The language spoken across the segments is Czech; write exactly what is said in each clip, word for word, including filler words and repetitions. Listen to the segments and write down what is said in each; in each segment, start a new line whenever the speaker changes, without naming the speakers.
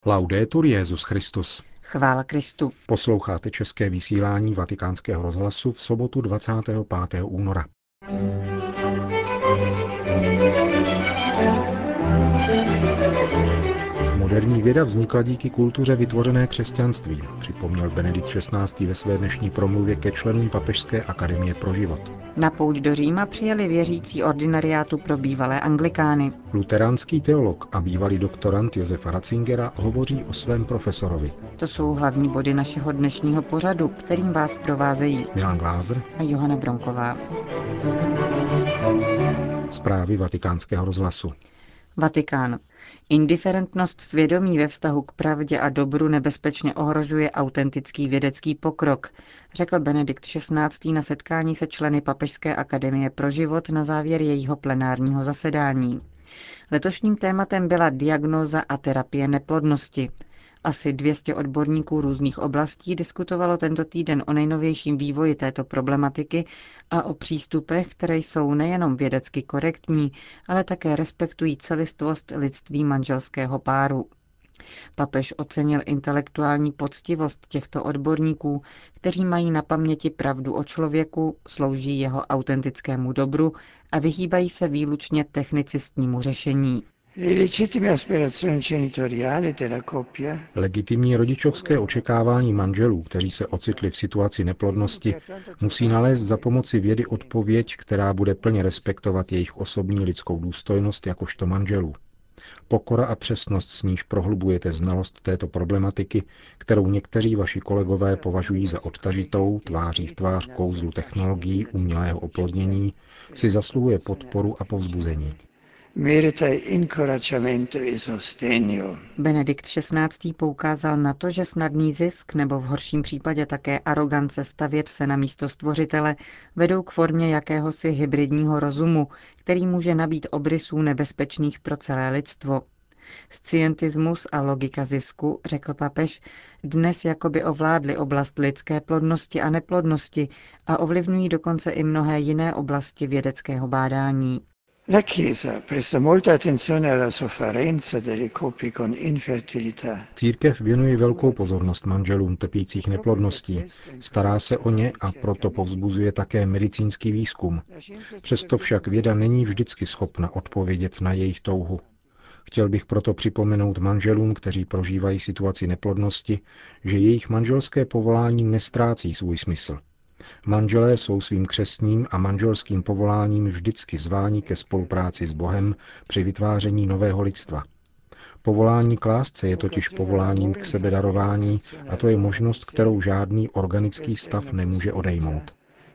Laudetur Jesus Christus.
Chvála Kristu.
Posloucháte české vysílání Vatikánského rozhlasu v sobotu dvacátého pátého února. Moderní věda vznikla díky kultuře vytvořené křesťanstvím, připomněl Benedikt šestnáctý. Ve své dnešní promluvě ke členům Papežské akademie pro život.
Na pouť do Říma přijeli věřící ordinariátu pro bývalé anglikány.
Luteránský teolog a bývalý doktorand Josefa Ratzingera hovoří o svém profesorovi.
To jsou hlavní body našeho dnešního pořadu, kterým vás provázejí
Milan Glázer
a Johana Bronková.
Zprávy Vatikánského rozhlasu.
Vatikán. Indiferentnost svědomí ve vztahu k pravdě a dobru nebezpečně ohrožuje autentický vědecký pokrok, řekl Benedikt šestnáctý. na setkání se členy Papežské akademie pro život na závěr jejího plenárního zasedání. Letošním tématem byla diagnóza a terapie neplodnosti. Asi dvě stě odborníků různých oblastí diskutovalo tento týden o nejnovějším vývoji této problematiky a o přístupech, které jsou nejenom vědecky korektní, ale také respektují celistvost lidství manželského páru. Papež ocenil intelektuální poctivost těchto odborníků, kteří mají na paměti pravdu o člověku, slouží jeho autentickému dobru a vyhýbají se výlučně technicistnímu řešení.
Legitimní rodičovské očekávání manželů, kteří se ocitli v situaci neplodnosti, musí nalézt za pomoci vědy odpověď, která bude plně respektovat jejich osobní lidskou důstojnost jakožto manželů. Pokora a přesnost, s níž prohlubujete znalost této problematiky, kterou někteří vaši kolegové považují za odtažitou, tváří v tvář kouzlu technologií umělého oplodnění, si zasluhuje podporu a povzbuzení.
Benedikt šestnáctý. poukázal na to, že snadný zisk nebo v horším případě také arogance stavět se na místo stvořitele vedou k formě jakéhosi hybridního rozumu, který může nabýt obrysů nebezpečných pro celé lidstvo. Scientismus a logika zisku, řekl papež, dnes jakoby ovládly oblast lidské plodnosti a neplodnosti a ovlivňují dokonce i mnohé jiné oblasti vědeckého bádání.
La Chiesa presta molta attenzione alla sofferenza delle coppie con infertilità.
Církev věnuje velkou pozornost manželům trpících neplodností, stará se o ně a proto povzbuzuje také medicínský výzkum. Přesto však věda není vždycky schopna odpovědět na jejich touhu. Chtěl bych proto připomenout manželům, kteří prožívají situaci neplodnosti, že jejich manželské povolání nestrácí svůj smysl. Manželé jsou svým křestním a manželským povoláním vždycky zváni ke spolupráci s Bohem při vytváření nového lidstva. Povolání k lásce je totiž povoláním k sebedarování a to je možnost, kterou žádný organický stav nemůže odejmout.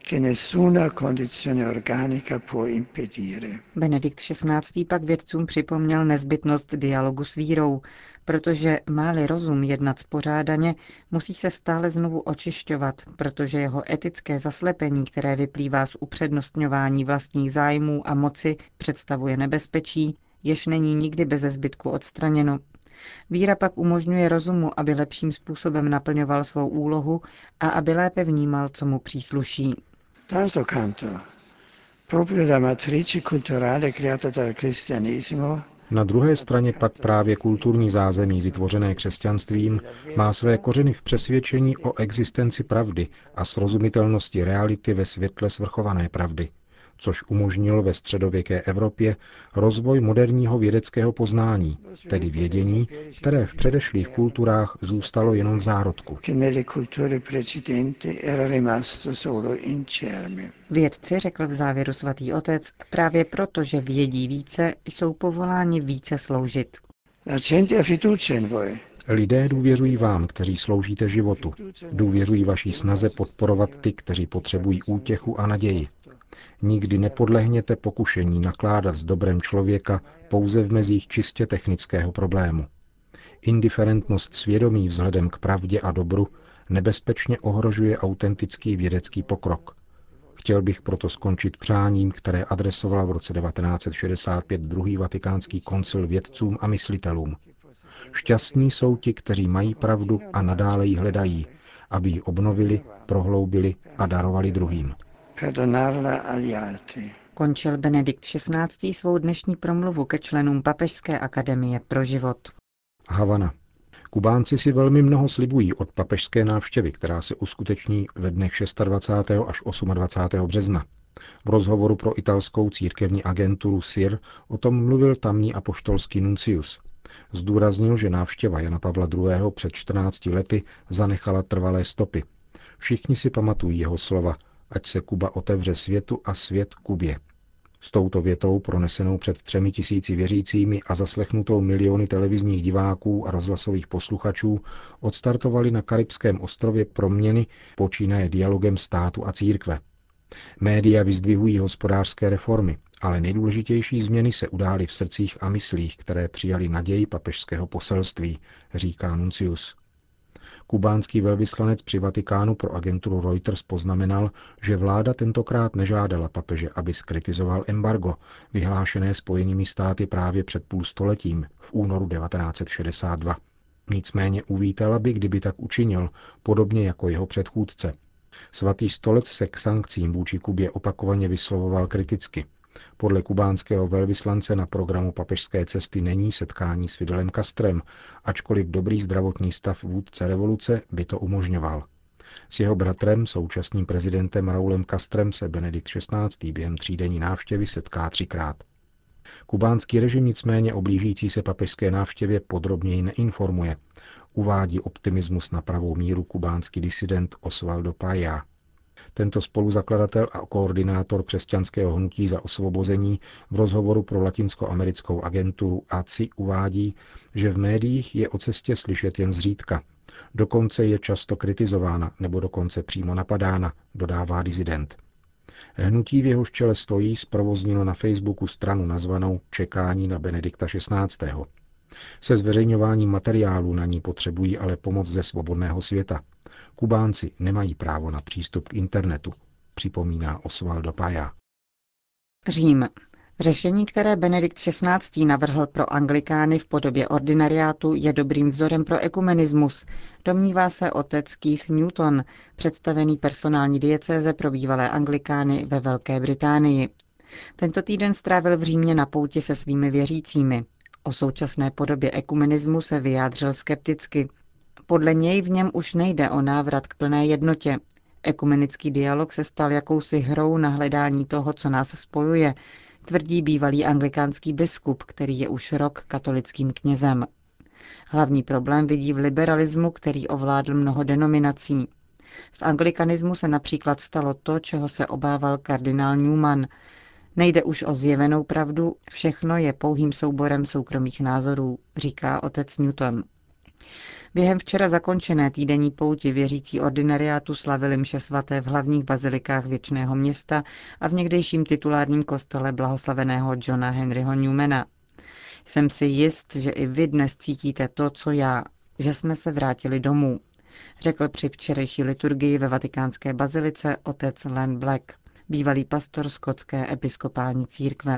Benedikt šestnáctý. pak vědcům připomněl nezbytnost dialogu s vírou, protože má-li rozum jednat spořádaně, musí se stále znovu očišťovat, protože jeho etické zaslepení, které vyplývá z upřednostňování vlastních zájmů a moci, představuje nebezpečí, jež není nikdy beze zbytku odstraněno. Víra pak umožňuje rozumu, aby lepším způsobem naplňoval svou úlohu a aby lépe vnímal, co mu přísluší.
D'altro canto, proprio la matrice culturale creata dal cristianesimo.
Na druhé straně pak právě kulturní zázemí vytvořené křesťanstvím má své kořeny v přesvědčení o existenci pravdy a srozumitelnosti reality ve světle svrchované pravdy, což umožnilo ve středověké Evropě rozvoj moderního vědeckého poznání, tedy vědění, které v předešlých kulturách zůstalo jenom v zárodku.
Vědci, řekl v závěru svatý otec, právě proto, že vědí více, jsou povoláni více sloužit.
Lidé důvěřují vám, kteří sloužíte životu. Důvěřují vaší snaze podporovat ty, kteří potřebují útěchu a naději. Nikdy nepodlehněte pokušení nakládat s dobrem člověka pouze v mezích čistě technického problému. Indiferentnost svědomí vzhledem k pravdě a dobru nebezpečně ohrožuje autentický vědecký pokrok. Chtěl bych proto skončit přáním, které adresoval v roce devatenáct set šedesát pět druhý vatikánský koncil vědcům a myslitelům. Šťastní jsou ti, kteří mají pravdu a nadále ji hledají, aby ji obnovili, prohloubili a darovali druhým.
Končil Benedikt šestnáctý. svou dnešní promluvu ke členům Papežské akademie pro život.
Havana. Kubánci si velmi mnoho slibují od papežské návštěvy, která se uskuteční ve dnech dvacátého šestého až dvacátého osmého března. V rozhovoru pro italskou církevní agenturu S I R o tom mluvil tamní apoštolský nuncius. Zdůraznil, že návštěva Jana Pavla druhého. před čtrnácti lety zanechala trvalé stopy. Všichni si pamatují jeho slova, ať se Kuba otevře světu a svět Kubě. S touto větou, pronesenou před třemi tisíci věřícími a zaslechnutou miliony televizních diváků a rozhlasových posluchačů, odstartovali na karibském ostrově proměny počínaje dialogem státu a církve. Média vyzdvihují hospodářské reformy, ale nejdůležitější změny se udály v srdcích a myslích, které přijali naději papežského poselství, říká nuncius. Kubánský velvyslanec při Vatikánu pro agenturu Reuters poznamenal, že vláda tentokrát nežádala papeže, aby skritizoval embargo, vyhlášené Spojenými státy právě před půlstoletím, v únoru devatenáct set šedesát dva. Nicméně uvítala by, kdyby tak učinil, podobně jako jeho předchůdce. Svatý stolec se k sankcím vůči Kubě opakovaně vyslovoval kriticky. Podle kubánského velvyslance na programu papežské cesty není setkání s Fidelem Castrem, ačkoliv dobrý zdravotní stav vůdce revoluce by to umožňoval. S jeho bratrem, současným prezidentem Raulem Castrem, se Benedikt šestnáctý. Během třídenní návštěvy setká třikrát. Kubánský režim nicméně o blížící se papežské návštěvě podrobněji neinformuje. Uvádí optimismus na pravou míru kubánský disident Osvaldo Paya. Tento spoluzakladatel a koordinátor křesťanského hnutí za osvobození v rozhovoru pro latinskoamerickou agenturu A C I uvádí, že v médiích je o cestě slyšet jen zřídka. Dokonce je často kritizována nebo dokonce přímo napadána, dodává disident. Hnutí, v jehož čele stojí, zprovoznilo na Facebooku stranu nazvanou Čekání na Benedikta šestnáctého. Se zveřejňováním materiálů na ní potřebují ale pomoc ze svobodného světa. Kubánci nemají právo na přístup k internetu, připomíná Osvaldo Paya.
Řím. Řešení, které Benedikt šestnáctý. Navrhl pro anglikány v podobě ordinariátu, je dobrým vzorem pro ekumenismus, domnívá se otec Keith Newton, představený personální diecéze pro bývalé anglikány ve Velké Británii. Tento týden strávil v Římě na pouti se svými věřícími. O současné podobě ekumenismu se vyjádřil skepticky. Podle něj v něm už nejde o návrat k plné jednotě. Ekumenický dialog se stal jakousi hrou na hledání toho, co nás spojuje, tvrdí bývalý anglikánský biskup, který je už rok katolickým knězem. Hlavní problém vidí v liberalismu, který ovládl mnoho denominací. V anglikanismu se například stalo to, čeho se obával kardinál Newman. Nejde už o zjevenou pravdu, všechno je pouhým souborem soukromých názorů, říká otec Newton. Během včera zakončené týdenní pouti věřící ordinariátu slavili mše svaté v hlavních bazilikách Věčného Města a v někdejším titulárním kostele blahoslaveného Johna Henryho Newmana. Jsem si jist, že i vy dnes cítíte to, co já, že jsme se vrátili domů, řekl při včerejší liturgii ve vatikánské bazilice otec Len Black, bývalý pastor skotské episkopální církve.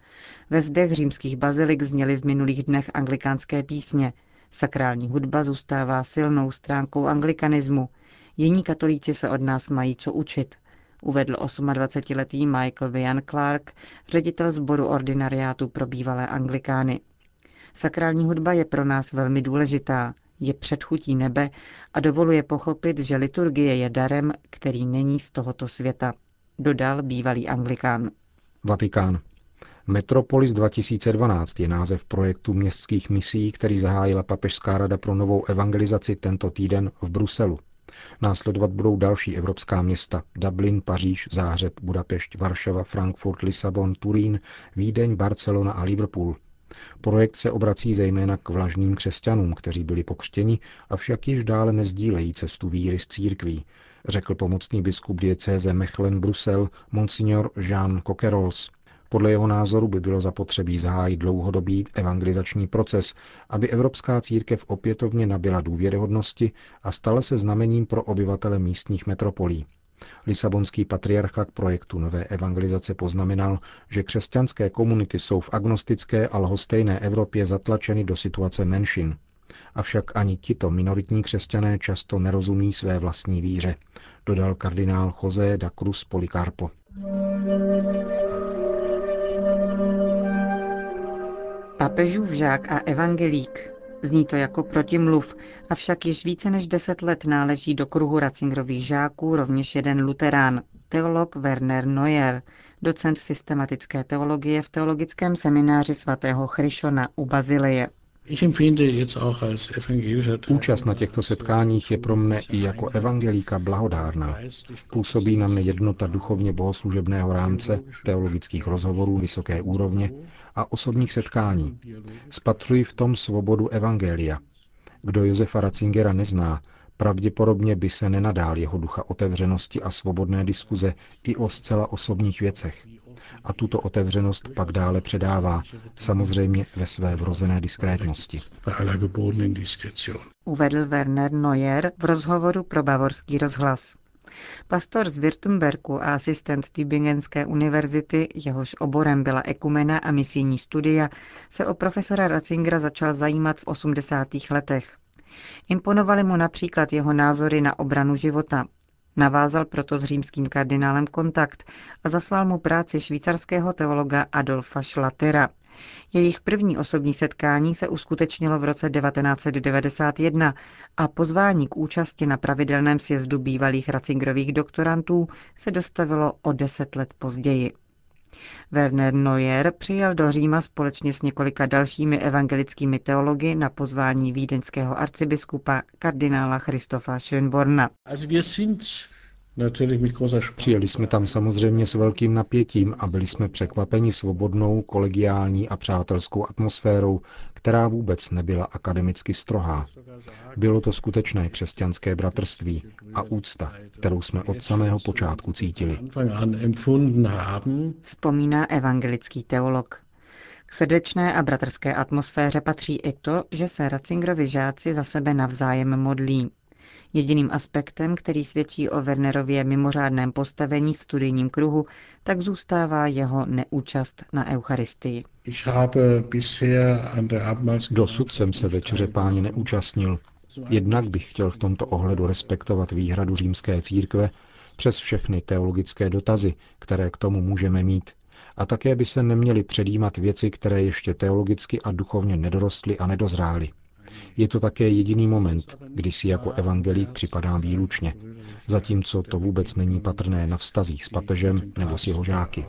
Ve zdech římských bazilik zněly v minulých dnech anglikánské písně. Sakrální hudba zůstává silnou stránkou anglikanismu. Jiní katolíci se od nás mají co učit, uvedl dvacetiosmiletý Michael Vian Clark, ředitel sboru ordinariátu pro bývalé anglikány. Sakrální hudba je pro nás velmi důležitá, je předchutí nebe a dovoluje pochopit, že liturgie je darem, který není z tohoto světa, dodal bývalý anglikán.
Vatikán. Metropolis dva tisíce dvanáct je název projektu městských misií, který zahájila Papežská rada pro novou evangelizaci tento týden v Bruselu. Následovat budou další evropská města Dublin, Paříž, Záhřeb, Budapešť, Varšava, Frankfurt, Lisabon, Turín, Vídeň, Barcelona a Liverpool. Projekt se obrací zejména k vlažným křesťanům, kteří byli pokřtěni, avšak již dále nezdílejí cestu víry z církví, řekl pomocný biskup diecéze Mechelen Brusel Monsignor Jean Coquerols. Podle jeho názoru by bylo zapotřebí zahájit dlouhodobý evangelizační proces, aby evropská církev opětovně nabyla důvěryhodnosti a stala se znamením pro obyvatele místních metropolí. Lisabonský patriarcha k projektu nové evangelizace poznamenal, že křesťanské komunity jsou v agnostické a lhostejné Evropě zatlačeny do situace menšin. Avšak ani tito minoritní křesťané často nerozumí své vlastní víře, dodal kardinál José da Cruz Policarpo.
Papežův žák a evangelík. Zní to jako protimluv, avšak již více než deset let náleží do kruhu Ratzingerových žáků rovněž jeden luterán, teolog Werner Neuer, docent systematické teologie v teologickém semináři svatého Chryšona u Bazileje.
Účast na těchto setkáních je pro mne i jako evangelíka blahodárná. Působí na mne jednota duchovně bohoslužebného rámce, teologických rozhovorů vysoké úrovně a osobních setkání. Spatřuji v tom svobodu evangelia. Kdo Josefa Ratzingera nezná, pravděpodobně by se nenadál jeho ducha otevřenosti a svobodné diskuze i o zcela osobních věcech. A tuto otevřenost pak dále předává, samozřejmě ve své vrozené diskrétnosti.
Uvedl Werner Neuer v rozhovoru pro Bavorský rozhlas. Pastor z Württembergu a asistent Tübingenské univerzity, jehož oborem byla ekumena a misijní studia, se o profesora Ratzingera začal zajímat v osmdesátých letech. Imponovaly mu například jeho názory na obranu života. Navázal proto s římským kardinálem kontakt a zaslal mu práci švýcarského teologa Adolfa Schlatera. Jejich první osobní setkání se uskutečnilo v roce devatenáct set devadesát jedna a pozvání k účasti na pravidelném sjezdu bývalých Ratzingerových doktorantů se dostavilo o deset let později. Werner Neuer přijel do Říma společně s několika dalšími evangelickými teology na pozvání vídeňského arcibiskupa kardinála Christopha Schönborna.
Přijeli jsme tam samozřejmě s velkým napětím a byli jsme překvapeni svobodnou, kolegiální a přátelskou atmosférou, která vůbec nebyla akademicky strohá. Bylo to skutečné křesťanské bratrství a úcta, kterou jsme od samého počátku cítili.
Vzpomíná evangelický teolog. K srdečné a bratrské atmosféře patří i to, že se Ratzingerovi žáci za sebe navzájem modlí. Jediným aspektem, který svědčí o Wernerově mimořádném postavení v studijním kruhu, tak zůstává jeho neúčast na Eucharistii.
Dosud jsem se večeře Páně neúčastnil. Jednak bych chtěl v tomto ohledu respektovat výhradu římské církve přes všechny teologické dotazy, které k tomu můžeme mít. A také by se neměly předjímat věci, které ještě teologicky a duchovně nedorostly a nedozrály. Je to také jediný moment, kdy si jako evangelík připadám výlučně, zatímco to vůbec není patrné na vztazích s papežem nebo s jeho žáky.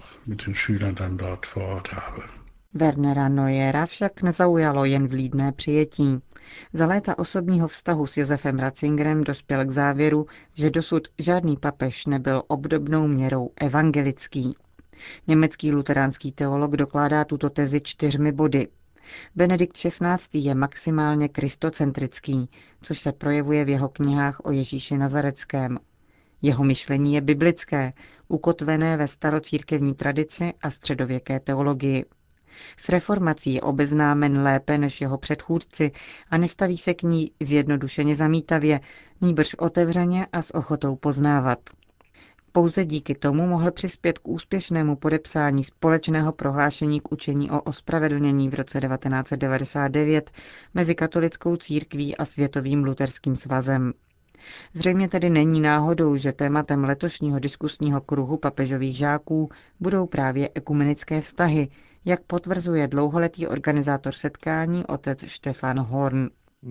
Wernera Neuera však nezaujalo jen vlídné přijetí. Za léta osobního vztahu s Josefem Ratzingerem dospěl k závěru, že dosud žádný papež nebyl obdobnou měrou evangelický. Německý luteránský teolog dokládá tuto tezi čtyřmi body. Benedikt šestnáctý je maximálně kristocentrický, což se projevuje v jeho knihách o Ježíši Nazareckém. Jeho myšlení je biblické, ukotvené ve starocírkevní tradici a středověké teologii. S reformací je obeznámen lépe než jeho předchůdci a nestaví se k ní zjednodušeně zamítavě, nýbrž otevřeně a s ochotou poznávat. Pouze díky tomu mohl přispět k úspěšnému podepsání společného prohlášení k učení o ospravedlnění v roce devatenáct set devadesát devět mezi katolickou církví a Světovým luterským svazem. Zřejmě tedy není náhodou, že tématem letošního diskusního kruhu papežových žáků budou právě ekumenické vztahy, jak potvrzuje dlouholetý organizátor setkání otec Stefan Horn.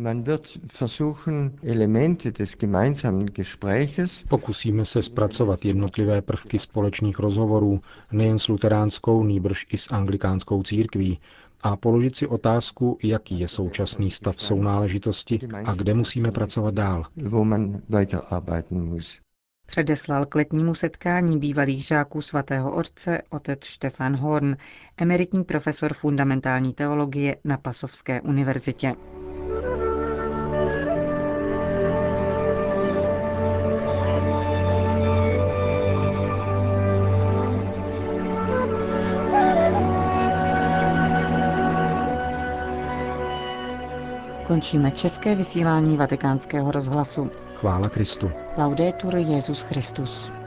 Pokusíme se zpracovat jednotlivé prvky společných rozhovorů nejen s luteránskou, nýbrž i s anglikánskou církví a položit si otázku, jaký je současný stav sounáležitosti a kde musíme pracovat dál.
Předeslal k letnímu setkání bývalých žáků svatého otce otec Stefan Horn, emeritní profesor fundamentální teologie na Pasovské univerzitě. Končíme české vysílání Vatikánského rozhlasu.
Chvála Kristu.
Laudetur Jesus Christus.